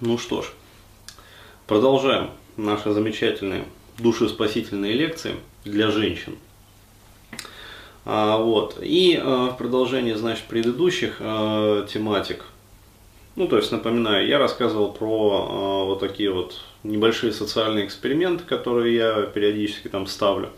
Ну что ж, продолжаем наши замечательные душеспасительные лекции для женщин. И в продолжении, значит, предыдущих тематик, то есть, напоминаю, я рассказывал про вот такие вот небольшие социальные эксперименты, которые я периодически там ставлю,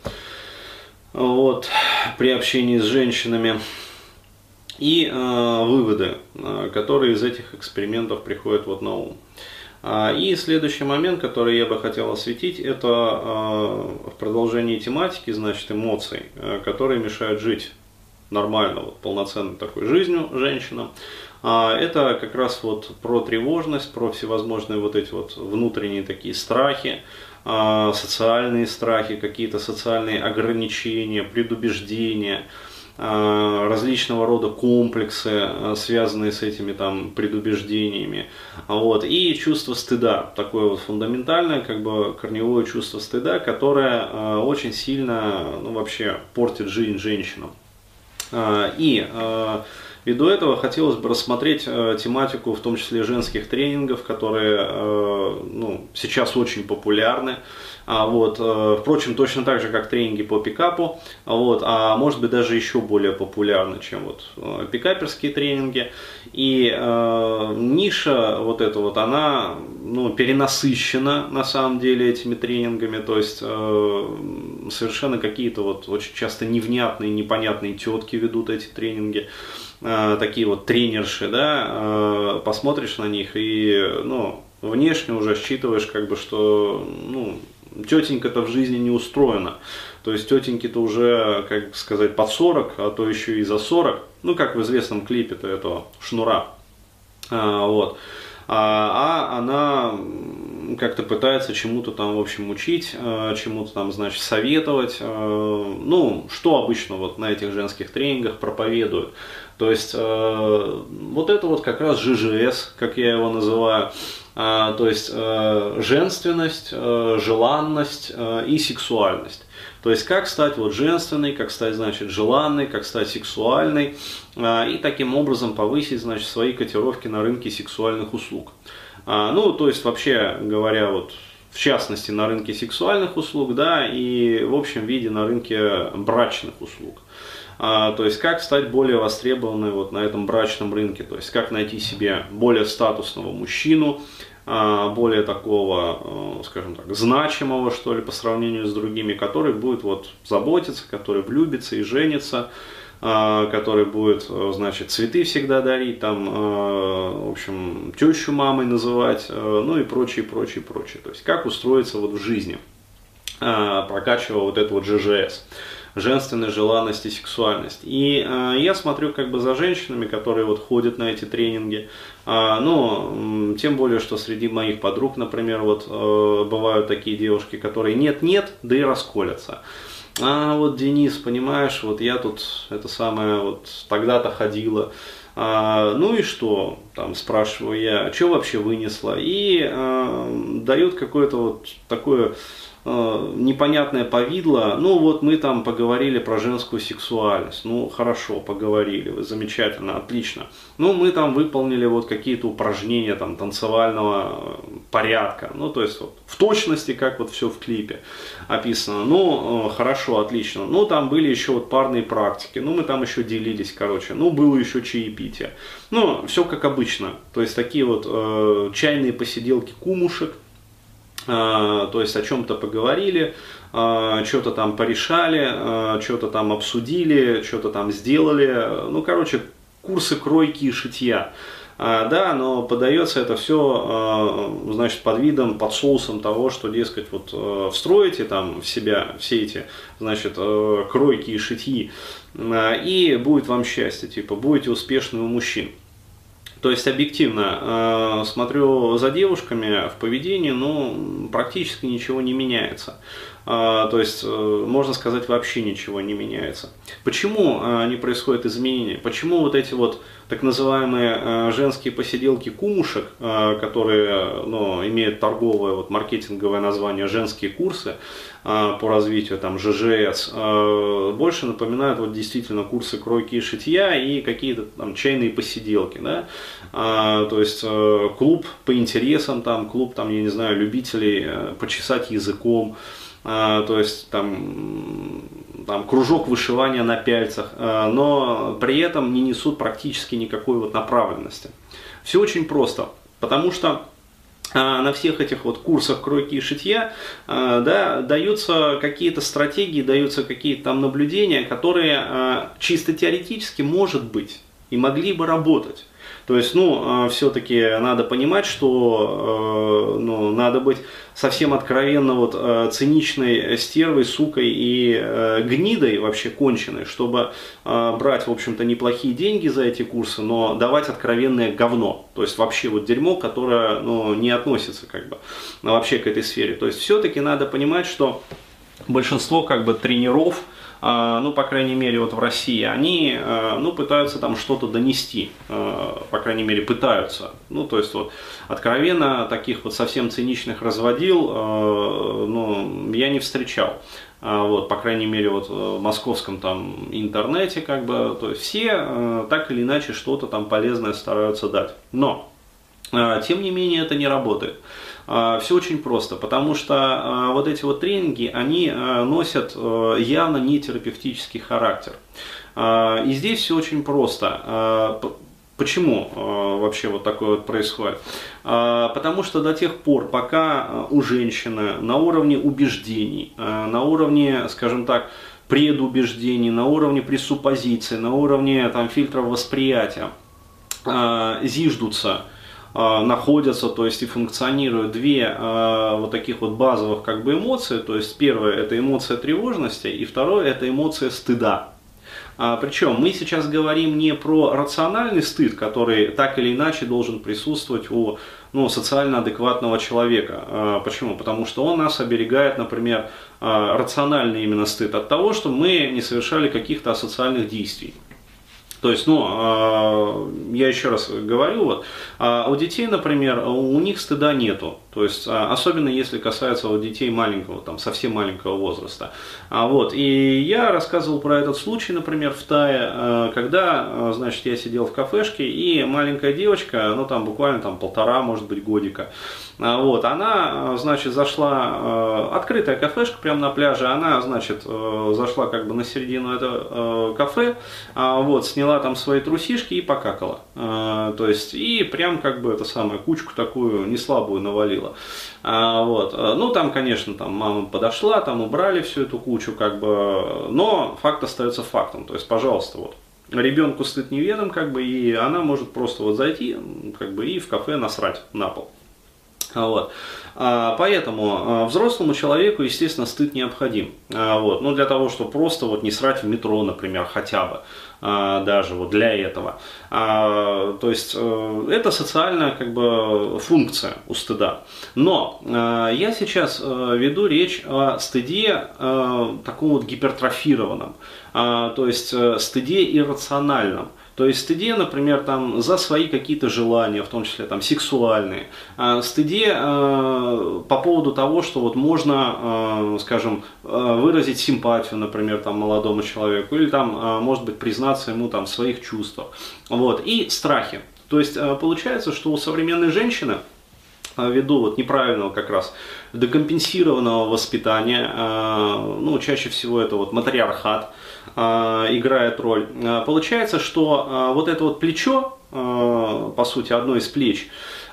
при общении с женщинами, и выводы, которые из этих экспериментов приходят на ум. И следующий момент, который я бы хотел осветить, это в продолжении тематики, значит, эмоций, которые мешают жить нормально, полноценной такой жизнью женщинам. Это как раз про тревожность, про всевозможные эти внутренние такие страхи, социальные страхи, какие-то социальные ограничения, предубеждения, различного рода комплексы, связанные с этими предубеждениями, и чувство стыда, такое фундаментальное, корневое чувство стыда, которое очень сильно, вообще портит жизнь женщинам. Ввиду этого хотелось бы рассмотреть тематику, в том числе женских тренингов, которые сейчас очень популярны. Впрочем, точно так же, как тренинги по пикапу, а может быть даже еще более популярны, чем пикаперские тренинги. И ниша эта она перенасыщена на самом деле этими тренингами, то есть совершенно какие-то очень часто невнятные, непонятные тетки ведут эти тренинги, такие тренерши, да, посмотришь на них и внешне уже считываешь, что тетенька-то в жизни не устроена. То есть тетеньки-то уже, как сказать, под 40, а то еще и за 40. Как в известном клипе-то этого Шнура. Она как-то пытается чему-то там, в общем, учить, чему-то там, значит, советовать. Что обычно на этих женских тренингах проповедуют. То есть, это как раз ЖЖС, как я его называю. То есть, женственность, желанность и сексуальность. То есть, как стать женственной, как стать, значит, желанной, как стать сексуальной, и таким образом повысить, значит, свои котировки на рынке сексуальных услуг. То есть, вообще говоря, в частности, на рынке сексуальных услуг, да, и в общем виде на рынке брачных услуг. То есть, как стать более востребованной на этом брачном рынке, то есть, как найти себе более статусного мужчину, более такого, скажем так, значимого, что ли, по сравнению с другими, который будет заботиться, который влюбится и женится, который будет, значит, цветы всегда дарить, в общем, тещу мамой называть, и прочее, прочее, прочее. То есть, как устроиться в жизни, прокачивая это ЖЖС. Женственность, желанность и сексуальность. И я смотрю за женщинами, которые ходят на эти тренинги, тем более, что среди моих подруг, например, бывают такие девушки, которые нет-нет, да и расколятся. Денис, понимаешь, я тут тогда-то ходила, и что, спрашиваю я, что вообще вынесла, и дают какое-то такое непонятное повидло. Мы там поговорили про женскую сексуальность. Хорошо, поговорили, замечательно, отлично. Мы там выполнили какие-то упражнения танцевального порядка. То есть в точности, как все в клипе описано. Хорошо, отлично. Там были еще парные практики. Мы там еще делились, было еще чаепитие. Все как обычно. То есть такие чайные посиделки кумушек. То есть о чем-то поговорили, что-то там порешали, что-то там обсудили, что-то там сделали. Курсы кройки и шитья. Да, но подается это все, значит, под видом, под соусом того, что, дескать, встроите в себя все эти, значит, кройки и шитьи, и будет вам счастье, будете успешны у мужчин. То есть, объективно, смотрю за девушками в поведении, практически ничего не меняется. То есть, можно сказать, вообще ничего не меняется. Почему не происходит изменения? Почему вот эти вот так называемые женские посиделки кумушек, которые, ну, имеют торговое, вот, маркетинговое название «женские курсы» по развитию там, ЖЖС, больше напоминают вот, действительно курсы кройки и шитья и какие-то там чайные посиделки, да? То есть клуб по интересам, там, клуб, там, я не знаю, любителей почесать языком, то есть там кружок вышивания на пяльцах, но при этом не несут практически никакой вот направленности. Все очень просто, потому что на всех этих вот курсах кройки и шитья, да, даются какие-то стратегии, даются какие-то там наблюдения, которые чисто теоретически, может быть, и могли бы работать. То есть, ну, все-таки надо понимать, что ну, надо быть совсем откровенно вот, циничной стервой, сукой и гнидой вообще конченой, чтобы брать, в общем-то, неплохие деньги за эти курсы, но давать откровенное говно. То есть, вообще вот дерьмо, которое, ну, не относится как бы вообще к этой сфере. То есть, все-таки надо понимать, что большинство как бы тренеров, ну, по крайней мере, вот в России, они, ну, пытаются там что-то донести, по крайней мере, пытаются. Ну, то есть, вот, откровенно таких вот совсем циничных разводил, ну, я не встречал. Вот, по крайней мере, вот в московском там интернете, как бы, то есть, все так или иначе что-то там полезное стараются дать. Но, тем не менее, это не работает. Все очень просто, потому что вот эти вот тренинги, они носят явно не терапевтический характер. И здесь все очень просто. Почему вообще вот такое вот происходит? Потому что до тех пор, пока у женщины на уровне убеждений, на уровне, скажем так, предубеждений, на уровне пресуппозиций, на уровне там, фильтров восприятия зиждутся, находятся, то есть и функционируют две вот таких вот базовых как бы эмоции. То есть первое это эмоция тревожности, и второе это эмоция стыда. Причем мы сейчас говорим не про рациональный стыд, который так или иначе должен присутствовать у, ну, социально адекватного человека. Почему? Потому что он нас оберегает, например, рациональный именно стыд от того, что мы не совершали каких-то асоциальных действий. То есть, ну, я еще раз говорю, вот, у детей, например, у них стыда нету. То есть, особенно если касается вот детей маленького, там, совсем маленького возраста. Вот, и я рассказывал про этот случай, например, в Тае, когда, значит, я сидел в кафешке, и маленькая девочка, ну, там, буквально там 1,5, может быть, годика, вот, она, значит, зашла, открытая кафешка прямо на пляже, она, значит, зашла как бы на середину этого кафе, вот, сняла там свои трусишки и покакала. То есть, и прям как бы это самое, кучку такую неслабую навалила. Вот. Ну, там, конечно, там мама подошла, там убрали всю эту кучу, как бы, но факт остается фактом. То есть, пожалуйста, вот. Ребенку стыд неведом, как бы, и она может просто вот зайти, как бы, и в кафе насрать на пол. Вот. Поэтому взрослому человеку, естественно, стыд необходим. Вот. Ну, для того, чтобы просто вот не срать в метро, например, хотя бы. Даже вот для этого. То есть это социальная как бы функция у стыда. Но я сейчас веду речь о стыде таком вот гипертрофированном, то есть стыде иррациональном. То есть стыде, например, там, за свои какие-то желания, в том числе там, сексуальные, стыде по поводу того, что вот можно, скажем, выразить симпатию, например, там, молодому человеку, или там, может быть, признаться ему там, в своих чувствах. Вот. И страхи. То есть получается, что у современной женщины, ввиду вот неправильного как раз декомпенсированного воспитания, ну, чаще всего это вот матриархат играет роль. Получается, что вот это вот плечо, по сути, одно из плеч,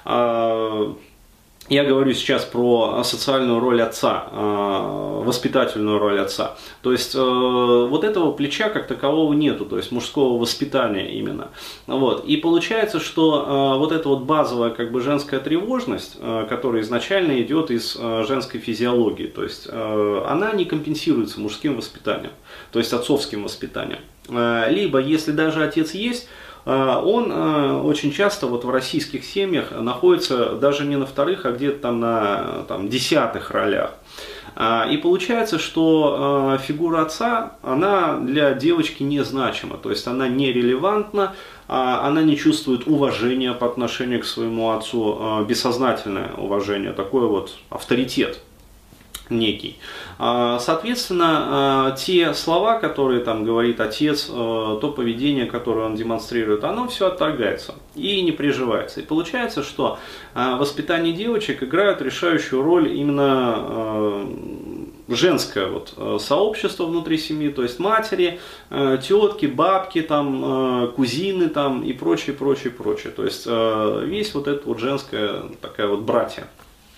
я говорю сейчас про социальную роль отца, воспитательную роль отца. То есть вот этого плеча как такового нету, то есть мужского воспитания именно. Вот. И получается, что вот эта вот базовая как бы женская тревожность, которая изначально идет из женской физиологии, то есть она не компенсируется мужским воспитанием, то есть отцовским воспитанием. Либо если даже отец есть, он очень часто вот в российских семьях находится даже не на вторых, а где-то там на там, 10-х ролях. И получается, что фигура отца, она для девочки незначима, то есть она нерелевантна, она не чувствует уважения по отношению к своему отцу, бессознательное уважение, такой вот авторитет некий. Соответственно, те слова, которые там говорит отец, то поведение, которое он демонстрирует, оно все отторгается и не приживается. И получается, что в воспитании девочек играют решающую роль именно женское вот сообщество внутри семьи, то есть матери, тетки, бабки, там, кузины там, и прочее, прочее, прочее. То есть весь вот это вот женская такая вот братья.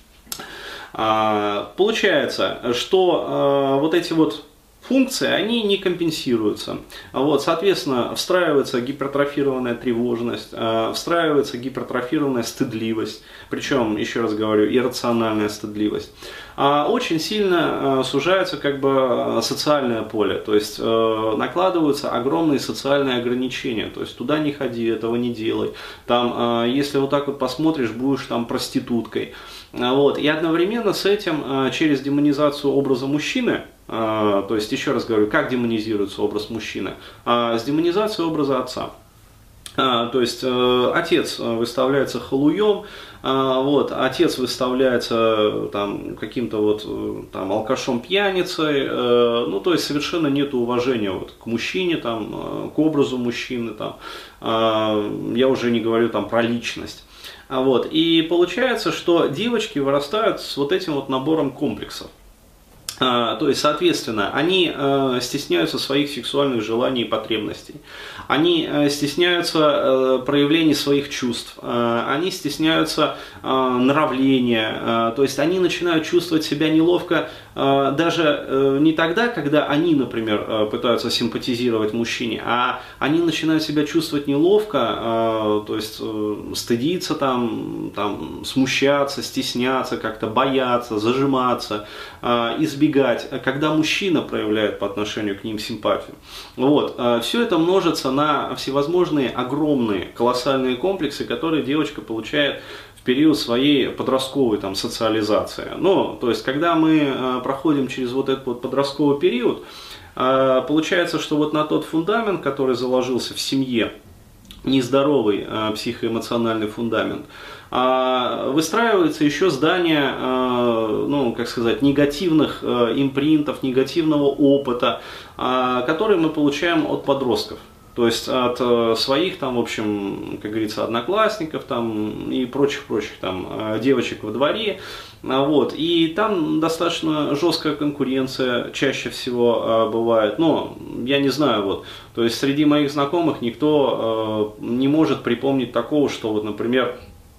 Получается, что вот эти вот функции, они не компенсируются. Вот, соответственно, встраивается гипертрофированная тревожность, встраивается гипертрофированная стыдливость, причем, еще раз говорю, иррациональная стыдливость. Очень сильно сужается как бы социальное поле, то есть накладываются огромные социальные ограничения, то есть туда не ходи, этого не делай, там, если вот так вот посмотришь, будешь там проституткой. Вот. И одновременно с этим через демонизацию образа мужчины, то есть, еще раз говорю, как демонизируется образ мужчины? С демонизацией образа отца. То есть, отец выставляется халуем, вот, отец выставляется там каким-то вот там алкашом-пьяницей, ну, то есть, совершенно нет уважения вот к мужчине, там, к образу мужчины, там, я уже не говорю там про личность. Вот, и получается, что девочки вырастают с вот этим вот набором комплексов. То есть, соответственно, они стесняются своих сексуальных желаний и потребностей, они стесняются проявления своих чувств, они стесняются нравления, то есть они начинают чувствовать себя неловко даже не тогда, когда они, например, пытаются симпатизировать мужчине, а они начинают себя чувствовать неловко, то есть стыдиться, там, смущаться, стесняться, как-то бояться, зажиматься, избегать, когда мужчина проявляет по отношению к ним симпатию. Вот. Все это множится на всевозможные огромные, колоссальные комплексы, которые девочка получает в период своей подростковой там, социализации. Ну, то есть, когда мы проходим через вот этот вот подростковый период, получается, что вот на тот фундамент, который заложился в семье, нездоровый психоэмоциональный фундамент, выстраивается еще здание, ну, как сказать, негативных импринтов, негативного опыта, который мы получаем от подростков. То есть от своих, там, в общем, как говорится, одноклассников там, и прочих там, девочек во дворе. Вот. И там достаточно жесткая конкуренция чаще всего бывает. Но я не знаю, вот, то есть среди моих знакомых никто не может припомнить такого, что, вот, например,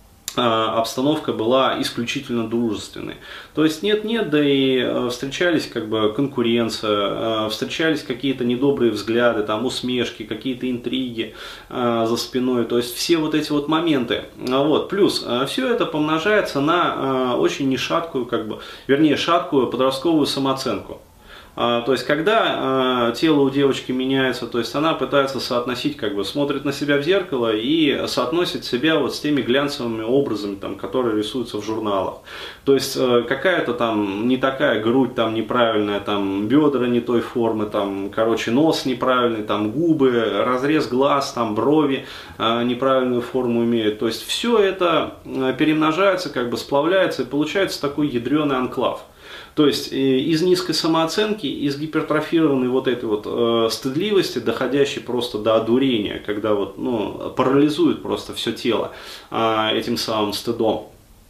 обстановка была исключительно дружественной. То есть нет-нет, да и встречались как бы конкуренция, встречались какие-то недобрые взгляды, там усмешки, какие-то интриги за спиной. То есть все вот эти вот моменты. Вот. Плюс все это помножается на очень нешаткую, как бы, вернее шаткую подростковую самооценку. То есть, когда тело у девочки меняется, то есть она пытается соотносить, как бы смотрит на себя в зеркало и соотносит себя вот с теми глянцевыми образами, там, которые рисуются в журналах. То есть, какая-то там не такая грудь там неправильная, там, бедра не той формы, там, короче, нос неправильный, там, губы, разрез глаз, там, брови неправильную форму имеют. То есть, все это перемножается, как бы сплавляется и получается такой ядреный анклав. То есть из низкой самооценки, из гипертрофированной вот этой вот стыдливости, доходящей просто до одурения, когда вот, ну, парализует просто все тело этим самым стыдом.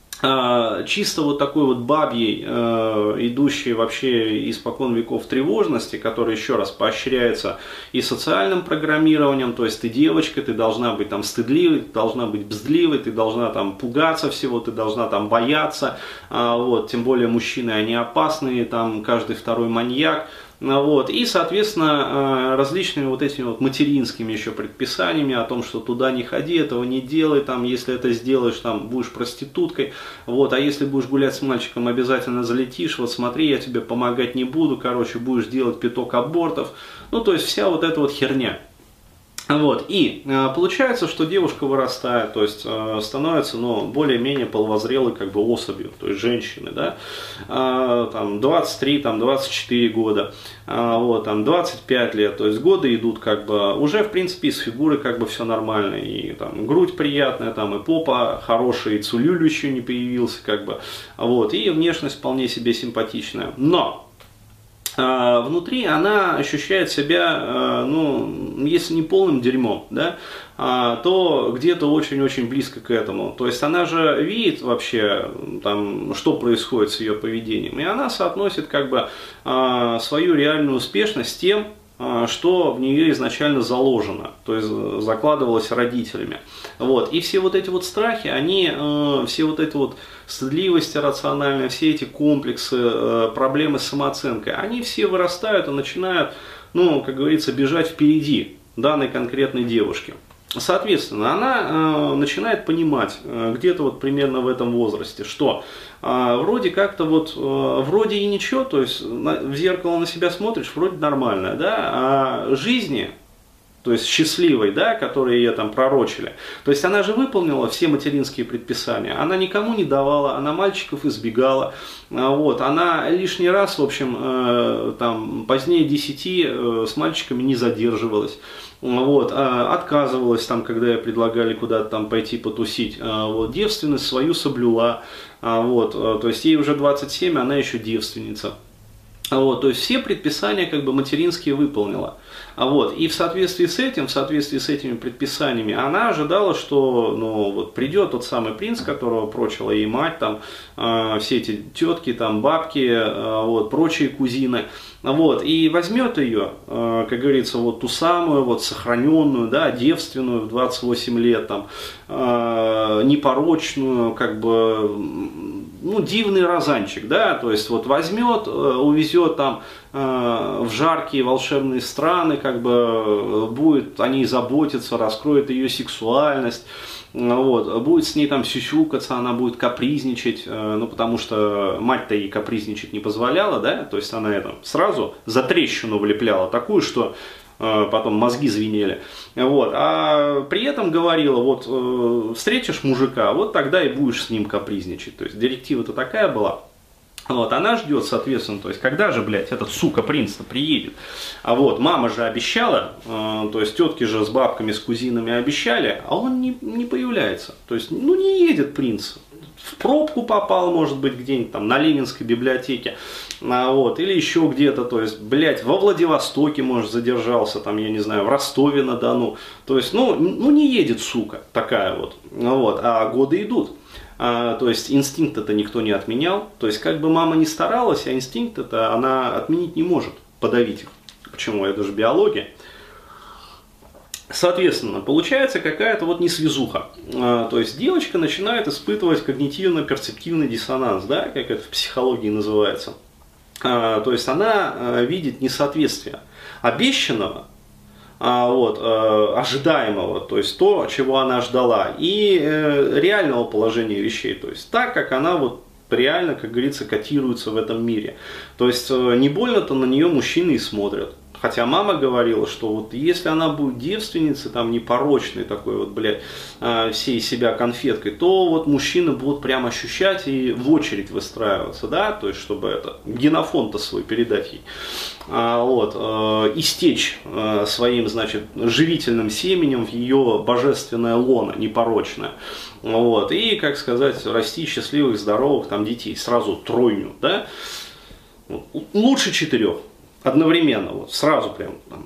Чисто вот такой вот бабьей, идущей вообще испокон веков тревожности, которая, еще раз, поощряется и социальным программированием, то есть ты девочка, ты должна быть там стыдливой, ты должна быть бздливой, ты должна там пугаться всего, ты должна там бояться, вот, тем более мужчины, они опасные, там каждый второй маньяк. Вот. И, соответственно, различными вот этими вот материнскими еще предписаниями о том, что туда не ходи, этого не делай, там, если это сделаешь, там, будешь проституткой, вот, а если будешь гулять с мальчиком, обязательно залетишь, вот смотри, я тебе помогать не буду, короче, будешь делать 5 абортов, ну, то есть вся вот эта вот херня. Вот, и получается, что девушка вырастает, то есть становится, ну, более-менее половозрелой как бы особью, то есть женщины, да, там 23, там 24 года, вот, там 25 лет, то есть годы идут как бы, уже в принципе с фигурой как бы все нормально, и там грудь приятная, там и попа хорошая, и цулюль еще не появился как бы, вот, и внешность вполне себе симпатичная, но внутри она ощущает себя, ну, если не полным дерьмом, да, то где-то очень-очень близко к этому. То есть она же видит вообще, там, что происходит с ее поведением, и она соотносит как бы свою реальную успешность с тем, что в нее изначально заложено, то есть закладывалось родителями. Вот. И все вот эти вот страхи, они, все вот эти вот стыдливость рациональная, все эти комплексы, проблемы с самооценкой, они все вырастают и начинают, ну, как говорится, бежать впереди данной конкретной девушки. Соответственно, она начинает понимать где-то вот примерно в этом возрасте, что вроде как-то вот, вроде и ничего, то есть в зеркало на себя смотришь, вроде нормально, да, а жизни, то есть счастливой, да, которые ее там пророчили. То есть она же выполнила все материнские предписания, она никому не давала, она мальчиков избегала, вот, она лишний раз, в общем, там, позднее 10 с мальчиками не задерживалась. Вот, отказывалась там, когда ей предлагали куда-то там пойти потусить, вот, девственность свою соблюла, вот, то есть ей уже 27, она еще девственница. Вот, то есть все предписания как бы материнские выполнила. Вот, и в соответствии с этим, в соответствии с этими предписаниями, она ожидала, что, ну, вот придет тот самый принц, которого прочила ей мать, там, все эти тетки, там, бабки, вот, прочие кузины, вот, и возьмет ее, как говорится, вот ту самую, вот, сохраненную, да, девственную в 28 лет, там, непорочную, как бы, ну, дивный розанчик, да, то есть вот возьмет, увезет там в жаркие волшебные страны, как бы будет о ней заботиться, раскроет ее сексуальность, вот, будет с ней там сюсюкаться, она будет капризничать, ну, потому что мать-то ей капризничать не позволяла, да, то есть она это сразу за трещину влепляла такую, что потом мозги звенели, вот, а при этом говорила, вот, встретишь мужика, вот тогда и будешь с ним капризничать, то есть директива-то такая была. Вот, она ждет, соответственно, то есть, когда же, блядь, этот сука принц-то приедет. А вот, мама же обещала, то есть, тетки же с бабками, с кузинами обещали, а он не появляется. То есть, ну, не едет принц. В пробку попал, может быть, где-нибудь там на Ленинской библиотеке, вот, или еще где-то, то есть, блядь, во Владивостоке, может, задержался, там, я не знаю, в Ростове-на-Дону. То есть, ну, не едет, сука, такая вот, а годы идут. То есть инстинкт это никто не отменял. То есть как бы мама не старалась, а инстинкт это она отменить не может, подавить их. Почему? Это же биология. Соответственно, получается какая-то вот несвязуха. То есть девочка начинает испытывать когнитивно-перцептивный диссонанс, да, как это в психологии называется. То есть она видит несоответствие обещанного, вот, ожидаемого, то есть то, чего она ждала, и реального положения вещей, то есть так, как она вот реально, как говорится, котируется в этом мире. То есть не больно-то на нее мужчины и смотрят. Хотя мама говорила, что вот если она будет девственницей, там непорочной такой вот, блядь, всей себя конфеткой, то вот мужчины будут прям ощущать и в очередь выстраиваться, да, то есть чтобы это, генофонд-то свой передать ей, вот, истечь своим, значит, живительным семенем в ее божественное лоно непорочное, вот, и, как сказать, расти счастливых, здоровых там детей, сразу тройню, да, лучше 4. Одновременно, вот, сразу прям там,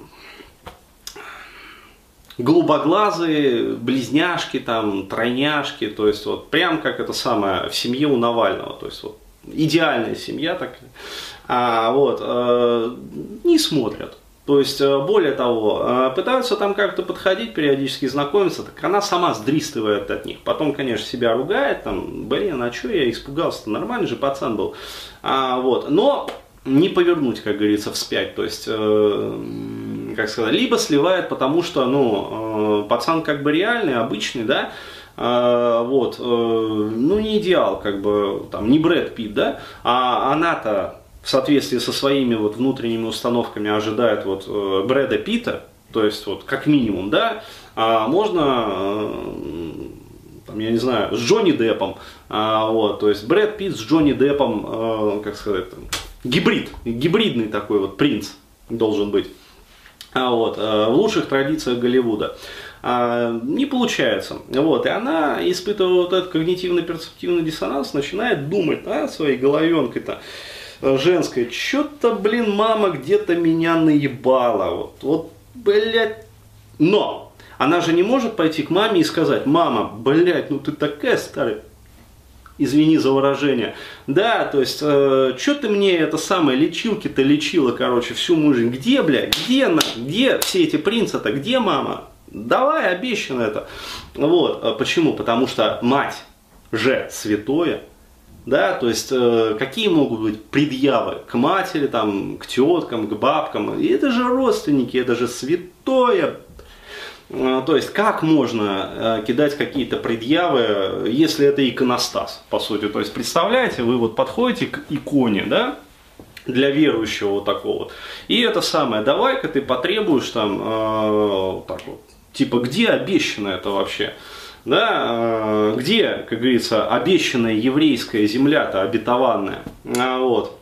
голубоглазые, близняшки, там, тройняшки, то есть вот прям как это самое в семье у Навального, то есть вот идеальная семья такая, вот, не смотрят. То есть, более того, пытаются там как-то подходить, периодически знакомиться, так она сама сдристывает от них. Потом, конечно, себя ругает, там, блин, а что я испугался-то, нормальный же пацан был. Вот, но не повернуть, как говорится, вспять, то есть, как сказать, либо сливает, потому что, ну, пацан как бы реальный, обычный, да, вот, ну, не идеал, как бы, там, не Брэд Питт, да, а она-то в соответствии со своими вот внутренними установками ожидает вот Брэда Питта, то есть вот как минимум, да, а можно, там, я не знаю, с Джонни Деппом, вот, то есть Брэд Питт с Джонни Деппом, как сказать, там, гибридный такой вот принц должен быть, вот, в лучших традициях Голливуда. Не получается. Вот, и она, испытывая вот этот когнитивно-перцептивный диссонанс, начинает думать своей головенкой-то женской, что-то, блин, мама где-то меня наебала. Вот, блядь. Но она же не может пойти к маме и сказать: мама, блядь, ну ты такая старая, извини за выражение. Да, то есть, что ты мне это самое, лечилки-то лечила, короче, всю мою жизнь. Где, блядь, где все эти принцы-то, где мама? Давай, обещано это. Вот, почему? Потому что мать же святое. Да, то есть, какие могут быть предъявы к матери, там, к теткам, к бабкам? И это же родственники, это же святое. То есть, как можно кидать какие-то предъявы, если это иконостас, по сути? То есть, представляете, вы вот подходите к иконе, да, для верующего вот такого вот, и это самое, давай-ка ты потребуешь там, так вот, типа, где обещано это вообще? Да, где, как говорится, обещанная еврейская земля-то обетованная? Вот.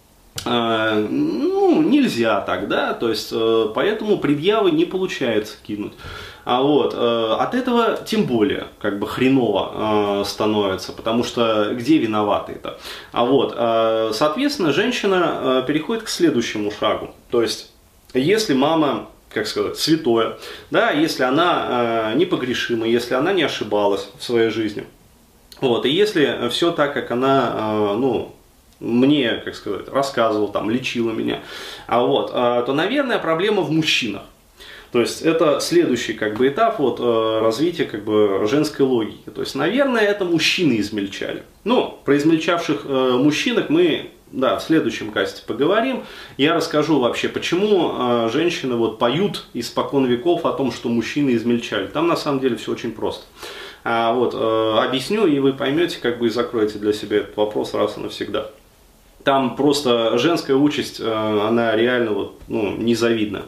Ну, нельзя так, да, то есть, поэтому предъявы не получается кинуть. Вот, от этого тем более, как бы, хреново становится, потому что где виноваты-то? Вот, соответственно, женщина переходит к следующему шагу, то есть, если мама, как сказать, святое, да, если она непогрешима, если она не ошибалась в своей жизни, вот, и если все так, как она, ну, мне, как сказать, рассказывал, там, лечила меня, вот, то, наверное, проблема в мужчинах. То есть это следующий, как бы, этап вот, развития, как бы, женской логики. То есть, наверное, это мужчины измельчали. Ну, про измельчавших мужчинок мы, да, в следующем касте поговорим. Я расскажу вообще, почему женщины вот поют испокон веков о том, что мужчины измельчали. Там на самом деле все очень просто. Вот, объясню, и вы поймете, как бы, и закроете для себя этот вопрос раз и навсегда. Там просто женская участь, она реально вот, ну, незавидна.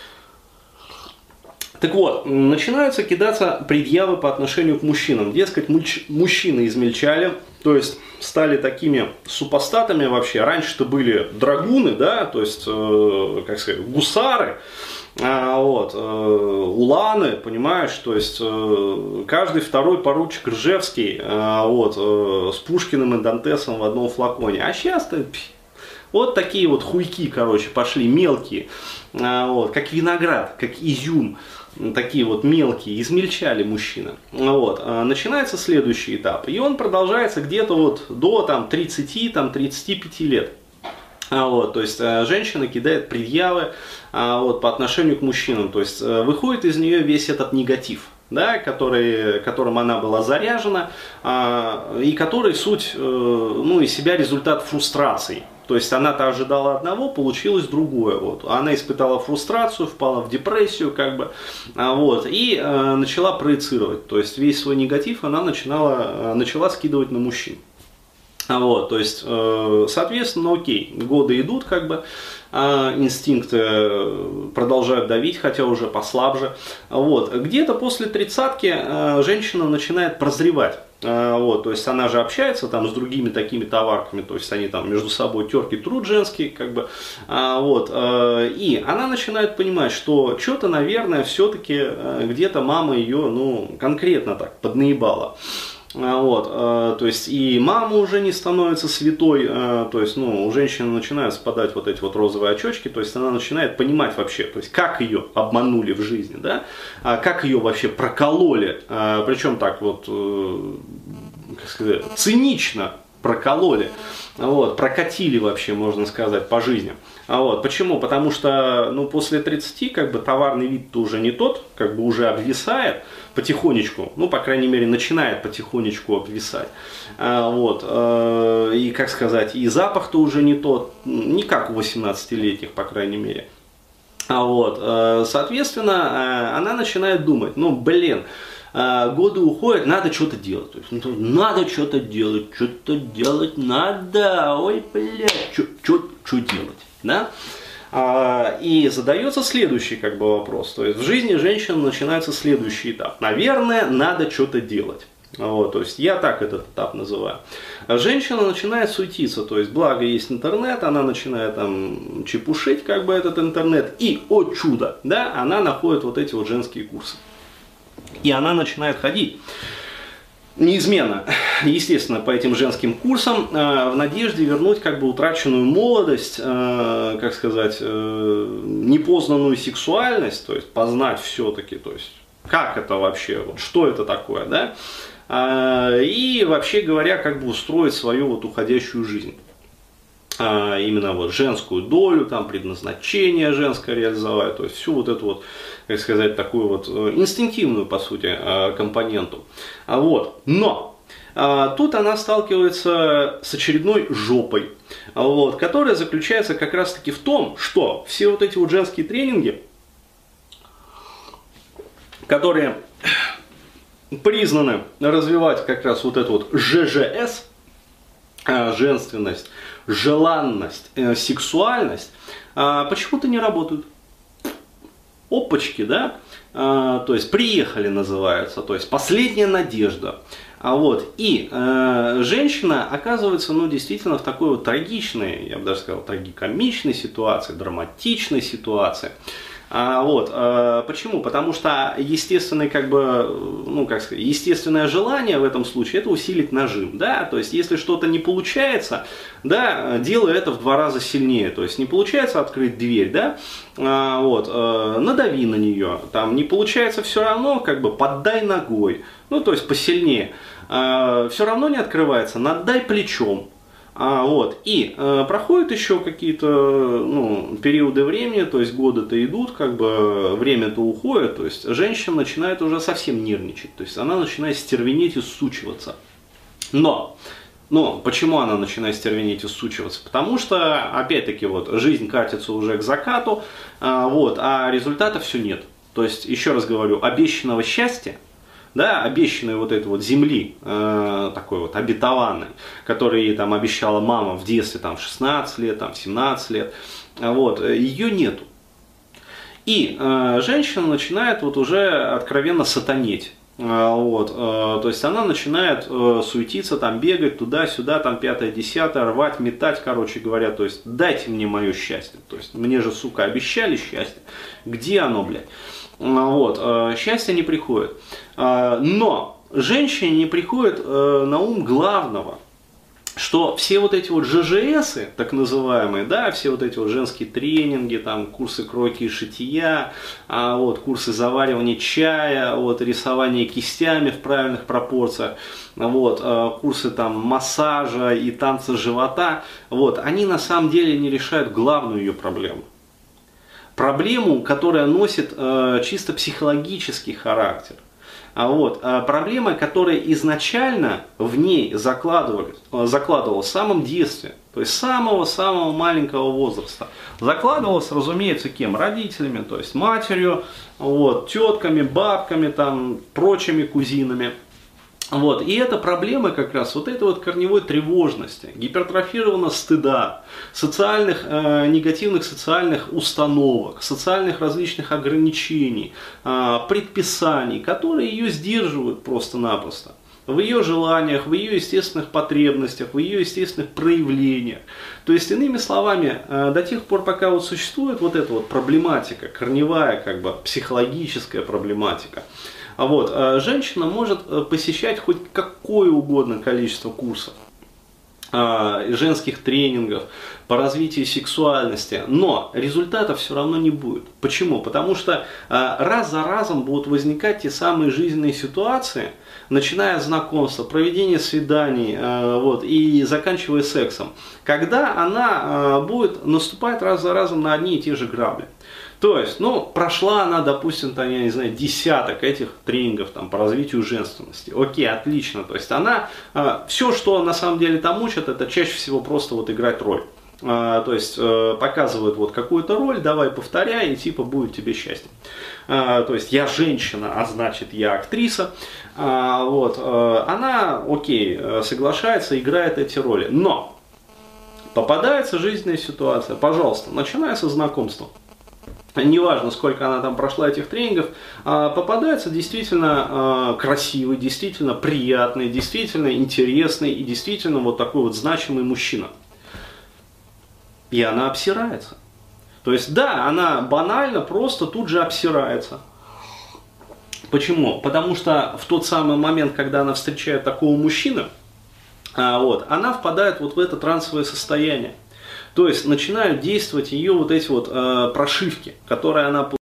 Так вот, начинаются кидаться предъявы по отношению к мужчинам. Дескать, мужчины измельчали, то есть стали такими супостатами вообще. Раньше-то были драгуны, да, то есть, как сказать, гусары, вот, уланы, понимаешь, то есть каждый второй поручик Ржевский, вот, с Пушкиным и Дантесом в одном флаконе. А сейчас-то вот такие вот хуйки, короче, пошли мелкие, вот, как виноград, как изюм. Такие вот мелкие, измельчали мужчины. Вот. Начинается следующий этап. И он продолжается где-то вот до там, 30-35 лет. Вот. То есть женщина кидает предъявы вот, по отношению к мужчинам. То есть выходит из нее весь этот негатив, да, которым она была заряжена, и который суть, ну, из себя результат фрустрации. То есть она-то ожидала одного, получилось другое. Вот. Она испытала фрустрацию, впала в депрессию, как бы, вот, и начала проецировать. То есть весь свой негатив она начала скидывать на мужчин. Вот, то есть, соответственно, окей, годы идут, как бы, инстинкты продолжают давить, хотя уже послабже. Вот. Где-то после 30-ки женщина начинает прозревать. Вот, то есть она же общается там с другими такими товарками, то есть они там между собой терки труд женские, как бы, вот, и она начинает понимать, что что-то, наверное, все-таки где-то мама ее, ну, конкретно так поднаебала. Вот, то есть и мама уже не становится святой, то есть, ну, у женщины начинают спадать вот эти вот розовые очечки, то есть она начинает понимать вообще, то есть как ее обманули в жизни, да, как ее вообще прокололи, причем так вот, как сказать, цинично прокололи, вот, прокатили вообще, можно сказать, по жизни. Вот, почему? Потому что, ну, после 30, как бы, товарный вид-то уже не тот, как бы уже обвисает потихонечку, ну, по крайней мере, начинает потихонечку обвисать. Вот, и, как сказать, и запах-то уже не тот, не как у 18-летних, по крайней мере. Вот, соответственно, она начинает думать, ну, блин, годы уходят, надо что-то делать. То есть, ну, надо что-то делать надо. Ой, блядь, что делать, да? И задается следующий как бы вопрос. То есть в жизни женщины начинается следующий этап. Наверное, надо что-то делать. Вот, то есть я так этот этап называю. Женщина начинает суетиться, то есть благо есть интернет, она начинает там чепушить как бы этот интернет, и, о чудо, да, она находит вот эти вот женские курсы. И она начинает ходить неизменно, естественно, по этим женским курсам, в надежде вернуть как бы утраченную молодость, как сказать, непознанную сексуальность, то есть познать все-таки, то есть как это вообще, вот, что это такое, да, и вообще говоря, как бы устроить свою вот уходящую жизнь. Именно вот женскую долю, там, предназначение женское реализовать, то есть всю вот эту вот, как сказать, такую вот инстинктивную, по сути, компоненту. Вот. Но тут она сталкивается с очередной жопой, вот, которая заключается как раз-таки в том, что все вот эти вот женские тренинги, которые признаны развивать как раз вот эту вот ЖЖС, женственность, желанность, сексуальность, почему-то не работают. Опачки, да? То есть приехали называются, то есть последняя надежда. Вот. И женщина оказывается, ну, действительно в такой вот трагичной, я бы даже сказал, трагикомичной ситуации, драматичной ситуации. Вот. Почему? Потому что естественное, как бы, ну, как сказать, естественное желание в этом случае — это усилить нажим, да, то есть если что-то не получается, да, делай это в 2 раза сильнее, то есть не получается открыть дверь, да, вот, надави на нее, там не получается все равно, как бы поддай ногой, ну, то есть посильнее, все равно не открывается, надай плечом. Вот. И проходят еще какие-то, ну, периоды времени, то есть годы-то идут, как бы время-то уходит, то есть женщина начинает уже совсем нервничать, то есть она начинает стервенеть и ссучиваться. Но почему она начинает стервенеть и ссучиваться? Потому что, опять-таки, вот, жизнь катится уже к закату, вот, а результата все нет. То есть, еще раз говорю, обещанного счастья, да, обещанной вот этой вот земли, такой вот обетованной, которую ей там обещала мама в детстве, там, в 16 лет, там, в 17 лет, вот, ее нету. И женщина начинает вот уже откровенно сатанеть. Вот, то есть она начинает суетиться, там, бегать туда-сюда, там, 5-10, рвать, метать, короче говоря, то есть дайте мне мое счастье, то есть мне же, сука, обещали счастье, где оно, блядь? Вот, счастье не приходит. Но женщине не приходит на ум главного, что все вот эти вот ЖЖСы, так называемые, да, все вот эти вот женские тренинги, там, курсы кройки и шитья, вот, курсы заваривания чая, вот, рисования кистями в правильных пропорциях, вот, курсы там массажа и танца живота, вот, они на самом деле не решают главную ее проблему. Проблему, которая носит чисто психологический характер. Вот, проблема, которая изначально в ней закладывалась в самом детстве, то есть с самого-самого маленького возраста. Закладывалась, разумеется, кем? Родителями, то есть матерью, вот, тетками, бабками, там, прочими кузинами. Вот, и это проблема как раз вот этой вот корневой тревожности, гипертрофированного стыда, социальных, негативных социальных установок, социальных различных ограничений, предписаний, которые ее сдерживают просто-напросто в ее желаниях, в ее естественных потребностях, в ее естественных проявлениях. То есть, иными словами, до тех пор, пока вот существует вот эта вот проблематика, корневая, как бы психологическая проблематика, вот, женщина может посещать хоть какое угодно количество курсов, женских тренингов по развитию сексуальности, но результата все равно не будет. Почему? Потому что раз за разом будут возникать те самые жизненные ситуации, начиная с знакомства, проведения свиданий, вот, и заканчивая сексом, когда она будет наступать раз за разом на одни и те же грабли. То есть, ну, прошла она, допустим, там, я не знаю, десяток этих тренингов там, по развитию женственности. Окей, отлично. То есть, она, все, что на самом деле там учат, это чаще всего просто вот играть роль. То есть, показывают вот какую-то роль, давай повторяй, и типа будет тебе счастье. То есть, я женщина, а значит, я актриса. Вот, она, окей, соглашается, играет эти роли. Но Попадается жизненная ситуация, пожалуйста, начиная со знакомства. Неважно, сколько она там прошла этих тренингов, попадается действительно красивый, действительно приятный, действительно интересный и действительно вот такой вот значимый мужчина. И она обсирается. То есть, да, она банально просто тут же обсирается. Почему? Потому что в тот самый момент, когда она встречает такого мужчину, она впадает вот в это трансовое состояние. То есть начинают действовать ее вот эти вот прошивки, которые она